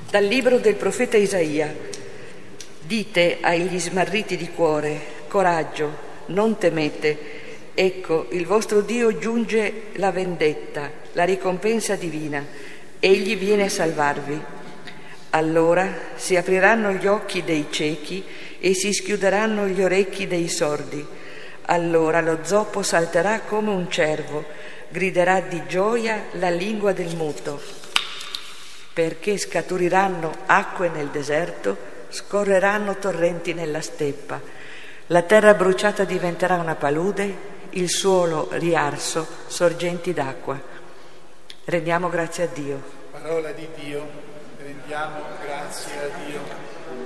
Dal libro del profeta Isaia. Dite agli smarriti di cuore: coraggio, non temete. Ecco, il vostro Dio giunge la vendetta, la ricompensa divina. Egli viene a salvarvi. Allora si apriranno gli occhi dei ciechi e si schiuderanno gli orecchi dei sordi. Allora lo zoppo salterà come un cervo, griderà di gioia la lingua del muto. Perché scaturiranno acque nel deserto, scorreranno torrenti nella steppa. La terra bruciata diventerà una palude, il suolo riarso, sorgenti d'acqua. Rendiamo grazie a Dio. Parola di Dio, rendiamo grazie a Dio.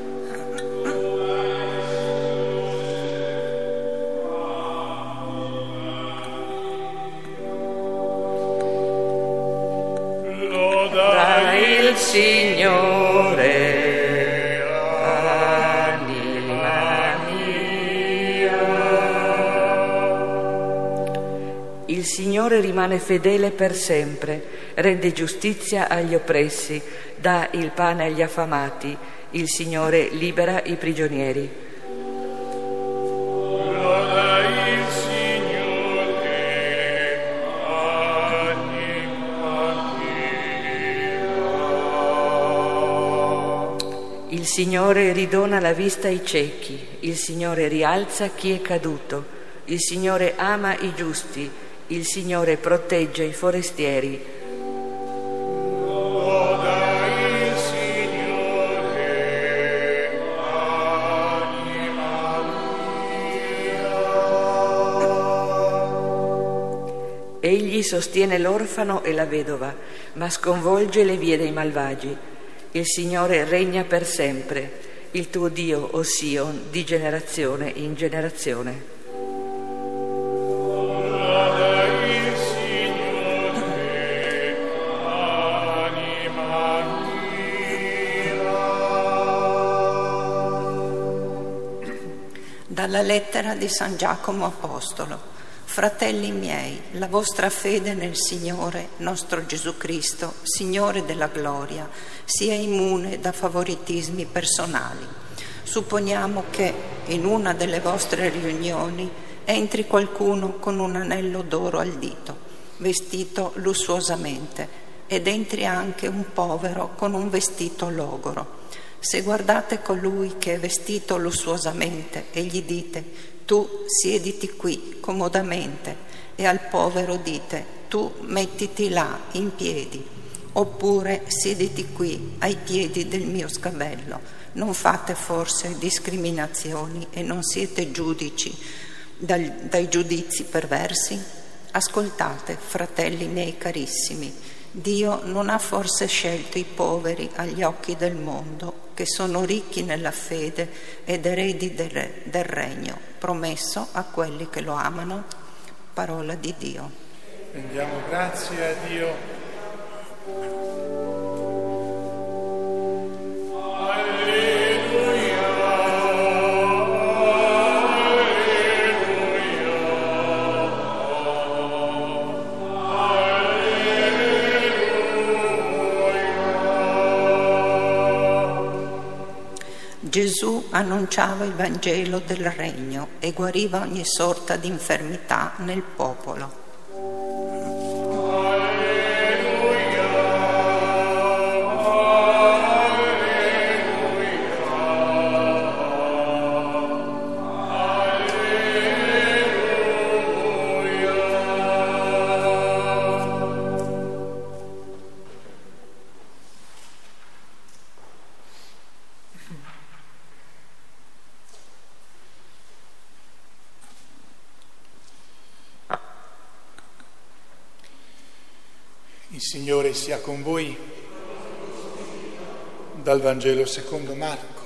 Il Signore, anima mia. Il Signore rimane fedele per sempre, rende giustizia agli oppressi, dà il pane agli affamati. Il Signore libera i prigionieri. Il Signore ridona la vista ai ciechi, il Signore rialza chi è caduto, il Signore ama i giusti, il Signore protegge i forestieri. Loda il Signore, anima mia. Egli sostiene l'orfano e la vedova, ma sconvolge le vie dei malvagi. Il Signore regna per sempre, il tuo Dio, o Sion, di generazione in generazione. Loda il Signore, anima mia. Dalla lettera di San Giacomo Apostolo. Fratelli miei, la vostra fede nel Signore, nostro Gesù Cristo, Signore della gloria, sia immune da favoritismi personali. Supponiamo che in una delle vostre riunioni entri qualcuno con un anello d'oro al dito, vestito lussuosamente, ed entri anche un povero con un vestito logoro. Se guardate colui che è vestito lussuosamente e gli dite: tu siediti qui comodamente, e al povero dite: tu mettiti là in piedi, oppure siediti qui ai piedi del mio sgabello, non fate forse discriminazioni e non siete giudici dai giudizi perversi? Ascoltate, fratelli miei carissimi, Dio non ha forse scelto i poveri agli occhi del mondo, che sono ricchi nella fede ed eredi del regno, promesso a quelli che lo amano? Parola di Dio. Rendiamo grazie a Dio. Gesù annunciava il Vangelo del Regno e guariva ogni sorta di infermità nel popolo. Il Signore sia con voi. Dal Vangelo secondo Marco.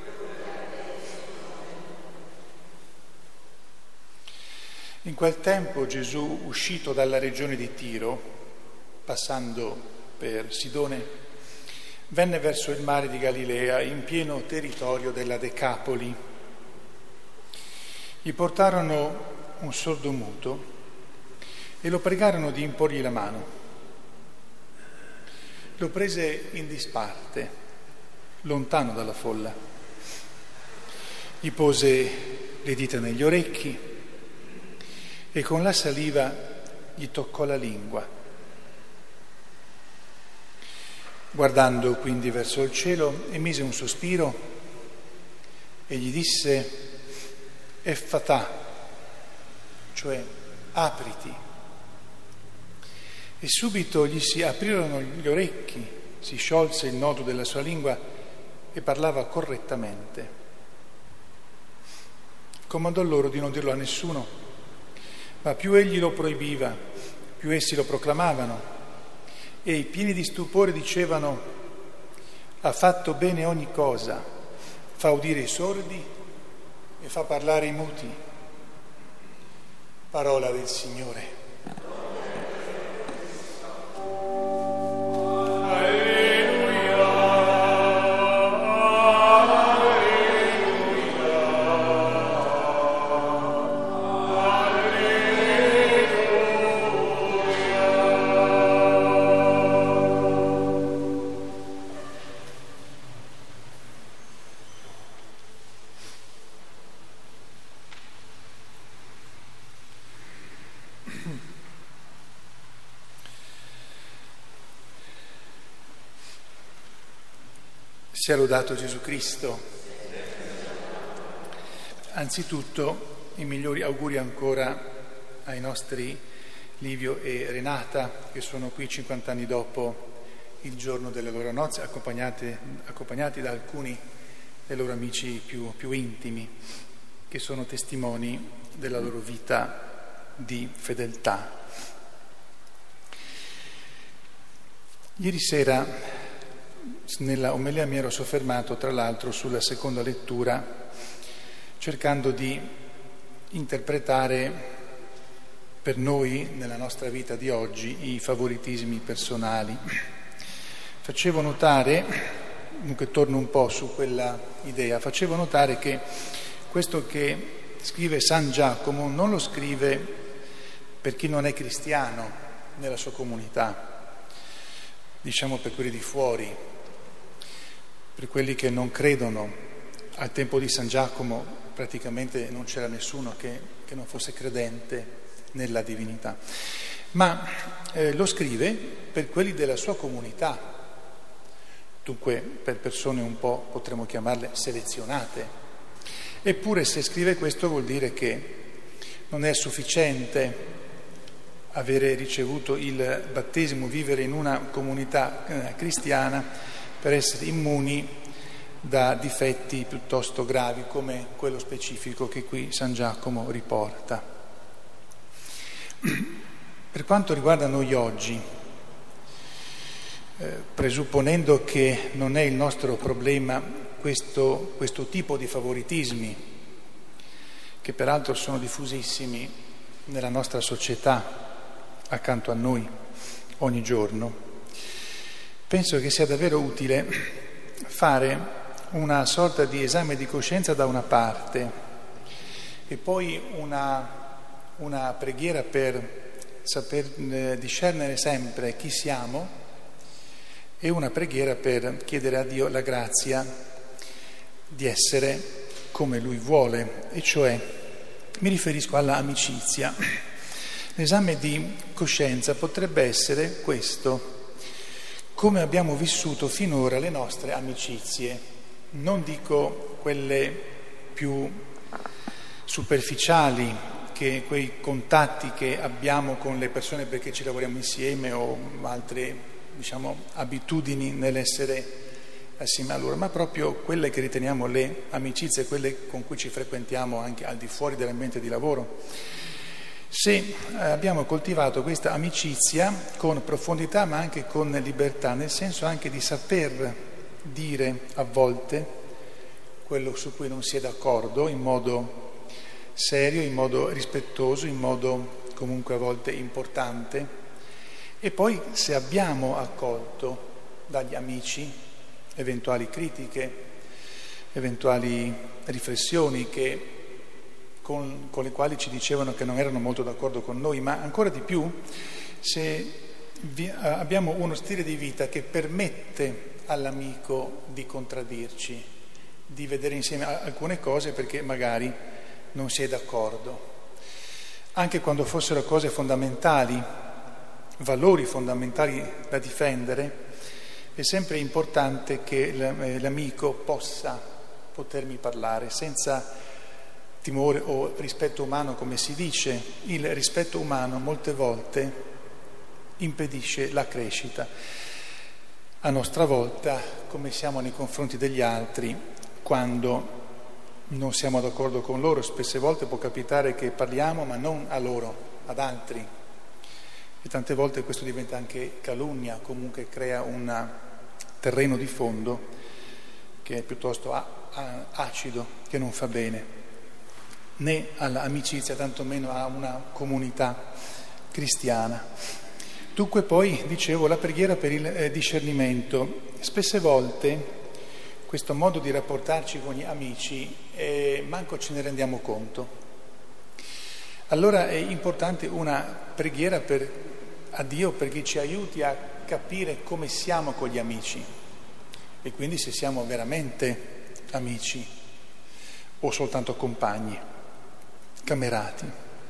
In quel tempo Gesù, uscito dalla regione di Tiro, passando per Sidone, venne verso il mare di Galilea, in pieno territorio della Decapoli. Gli portarono un sordomuto e lo pregarono di imporgli la mano. Lo prese in disparte lontano dalla folla. Gli pose le dita negli orecchi e con la saliva gli toccò la lingua. Guardando quindi verso il cielo, emise un sospiro e gli disse: Effatà, cioè apriti. E subito gli si aprirono gli orecchi, si sciolse il nodo della sua lingua e parlava correttamente. Comandò loro di non dirlo a nessuno, ma più egli lo proibiva, più essi lo proclamavano, e pieni di stupore dicevano: ha fatto bene ogni cosa, fa udire i sordi e fa parlare i muti. Parola del Signore. Sia lodato Gesù Cristo. Anzitutto i migliori auguri ancora ai nostri Livio e Renata, che sono qui 50 anni dopo il giorno delle loro nozze, accompagnati da alcuni dei loro amici più intimi, che sono testimoni della loro vita di fedeltà. Ieri sera nella omelia mi ero soffermato tra l'altro sulla seconda lettura, cercando di interpretare per noi nella nostra vita di oggi i favoritismi personali. Facevo notare, dunque torno un po' su quella idea, facevo notare che questo che scrive San Giacomo non lo scrive per chi non è cristiano nella sua comunità, diciamo per quelli di fuori, per quelli che non credono. Al tempo di San Giacomo praticamente non c'era nessuno che non fosse credente nella divinità, ma lo scrive per quelli della sua comunità, dunque per persone un po', potremmo chiamarle, selezionate. Eppure se scrive questo vuol dire che non è sufficiente avere ricevuto il battesimo, vivere in una comunità cristiana per essere immuni da difetti piuttosto gravi come quello specifico che qui San Giacomo riporta. Per quanto riguarda noi oggi, presupponendo che non è il nostro problema questo tipo di favoritismi, che peraltro sono diffusissimi nella nostra società accanto a noi ogni giorno, penso che sia davvero utile fare una sorta di esame di coscienza da una parte e poi una preghiera per saper discernere sempre chi siamo e una preghiera per chiedere a Dio la grazia di essere come Lui vuole, e cioè mi riferisco alla amicizia. L'esame di coscienza potrebbe essere questo: come abbiamo vissuto finora le nostre amicizie, non dico quelle più superficiali, che quei contatti che abbiamo con le persone perché ci lavoriamo insieme o altre, abitudini nell'essere assieme a loro, ma proprio quelle che riteniamo le amicizie, quelle con cui ci frequentiamo anche al di fuori dell'ambiente di lavoro. Se abbiamo coltivato questa amicizia con profondità ma anche con libertà, nel senso anche di saper dire a volte quello su cui non si è d'accordo in modo serio, in modo rispettoso, in modo comunque a volte importante, e poi se abbiamo accolto dagli amici eventuali critiche, eventuali riflessioni con le quali ci dicevano che non erano molto d'accordo con noi, ma ancora di più se abbiamo uno stile di vita che permette all'amico di contraddirci, di vedere insieme alcune cose perché magari non si è d'accordo. Anche quando fossero cose fondamentali, valori fondamentali da difendere, è sempre importante che l'amico possa potermi parlare senza timore o rispetto umano, come si dice. Il rispetto umano molte volte impedisce la crescita. A nostra volta, come siamo nei confronti degli altri, quando non siamo d'accordo con loro, spesse volte può capitare che parliamo ma non a loro, ad altri. E tante volte questo diventa anche calunnia, comunque crea un terreno di fondo che è piuttosto acido, che non fa bene né all'amicizia, tantomeno a una comunità cristiana. Dunque poi, dicevo, la preghiera per il discernimento. Spesse volte questo modo di rapportarci con gli amici manco ce ne rendiamo conto. Allora è importante una preghiera a Dio perché ci aiuti a capire come siamo con gli amici e quindi se siamo veramente amici o soltanto compagni, camerati.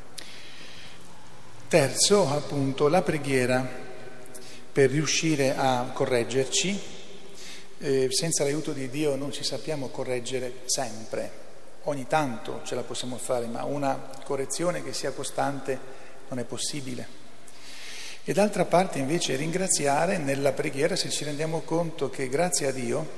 Terzo, appunto, la preghiera per riuscire a correggerci. Senza l'aiuto di Dio non ci sappiamo correggere sempre. Ogni tanto ce la possiamo fare, ma una correzione che sia costante non è possibile. E d'altra parte invece ringraziare nella preghiera se ci rendiamo conto che grazie a Dio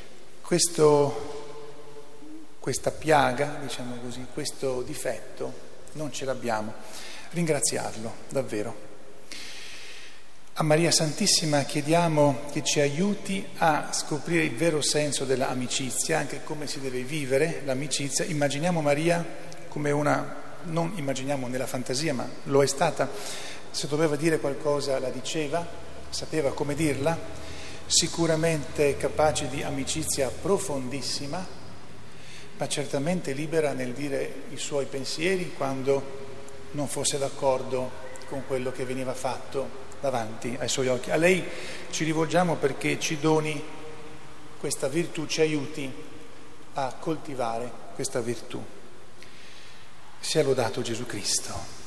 questa piaga, diciamo così, questo difetto non ce l'abbiamo. Ringraziarlo davvero. A Maria Santissima chiediamo che ci aiuti a scoprire il vero senso dell'amicizia, anche come si deve vivere l'amicizia. Immaginiamo Maria come non immaginiamo nella fantasia, ma lo è stata. Se doveva dire qualcosa la diceva, sapeva come dirla, sicuramente capace di amicizia profondissima, ma certamente libera nel dire i suoi pensieri quando non fosse d'accordo con quello che veniva fatto davanti ai suoi occhi. A lei ci rivolgiamo perché ci doni questa virtù, ci aiuti a coltivare questa virtù. Sia lodato Gesù Cristo.